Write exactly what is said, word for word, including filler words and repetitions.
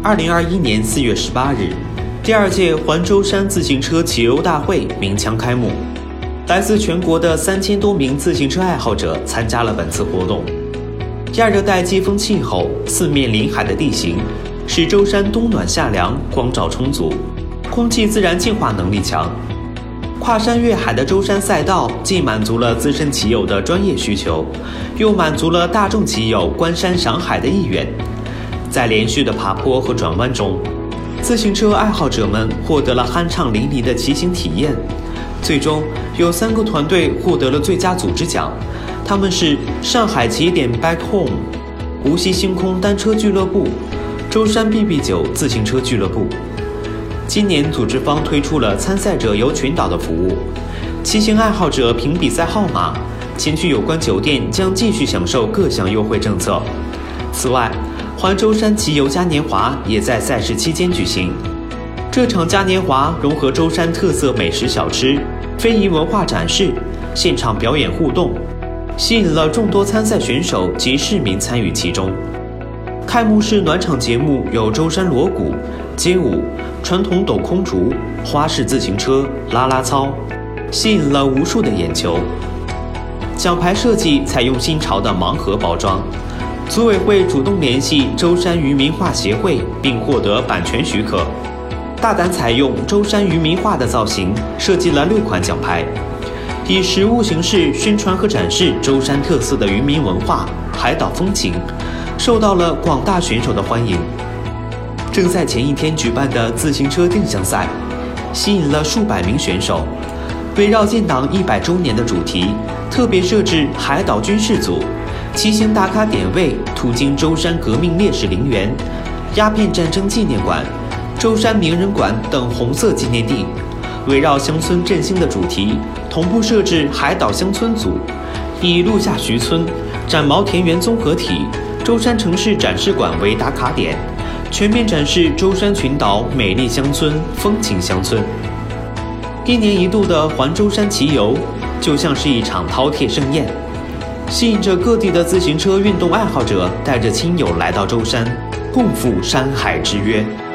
二零二一年四月十八日，第二届环舟山自行车骑游大会鸣枪开幕。来自全国的三千多名自行车爱好者参加了本次活动。亚热带季风气候、四面临海的地形，使舟山冬暖夏凉，光照充足，空气自然净化能力强。跨山越海的舟山赛道，既满足了资深骑友的专业需求，又满足了大众骑友观山赏海的意愿。在连续的爬坡和转弯中，自行车爱好者们获得了酣畅淋漓的骑行体验。最终，有三个团队获得了最佳组织奖，他们是上海起点 Back Home、无锡星空单车俱乐部、舟山 B B 九自行车俱乐部。今年组织方推出了参赛者游群岛的服务，骑行爱好者凭比赛号码前去有关酒店，将继续享受各项优惠政策。此外，环舟山骑游嘉年华也在赛事期间举行。这场嘉年华融合舟山特色美食小吃、非遗文化展示、现场表演互动，吸引了众多参赛选手及市民参与其中。开幕式暖场节目有舟山锣鼓、街舞、传统斗空竹、花式自行车、啦啦操，吸引了无数的眼球。奖牌设计采用新潮的盲盒包装。组委会主动联系舟山渔民画协会，并获得版权许可，大胆采用舟山渔民画的造型，设计了六款奖牌，以实物形式宣传和展示舟山特色的渔民文化、海岛风情，受到了广大选手的欢迎。正在前一天举办的自行车定向赛，吸引了数百名选手，围绕建党一百周年的主题，特别设置海岛军事组、骑行打卡点位途经舟山革命烈士陵园、鸦片战争纪念馆、舟山名人馆等红色纪念地，围绕乡村振兴的主题，同步设置海岛乡村组，以陆下徐村、展毛田园综合体、舟山城市展示馆为打卡点，全面展示舟山群岛美丽乡村、风情乡村。一年一度的环舟山骑游，就像是一场饕餮盛宴，吸引着各地的自行车运动爱好者带着亲友来到舟山，共赴山海之约。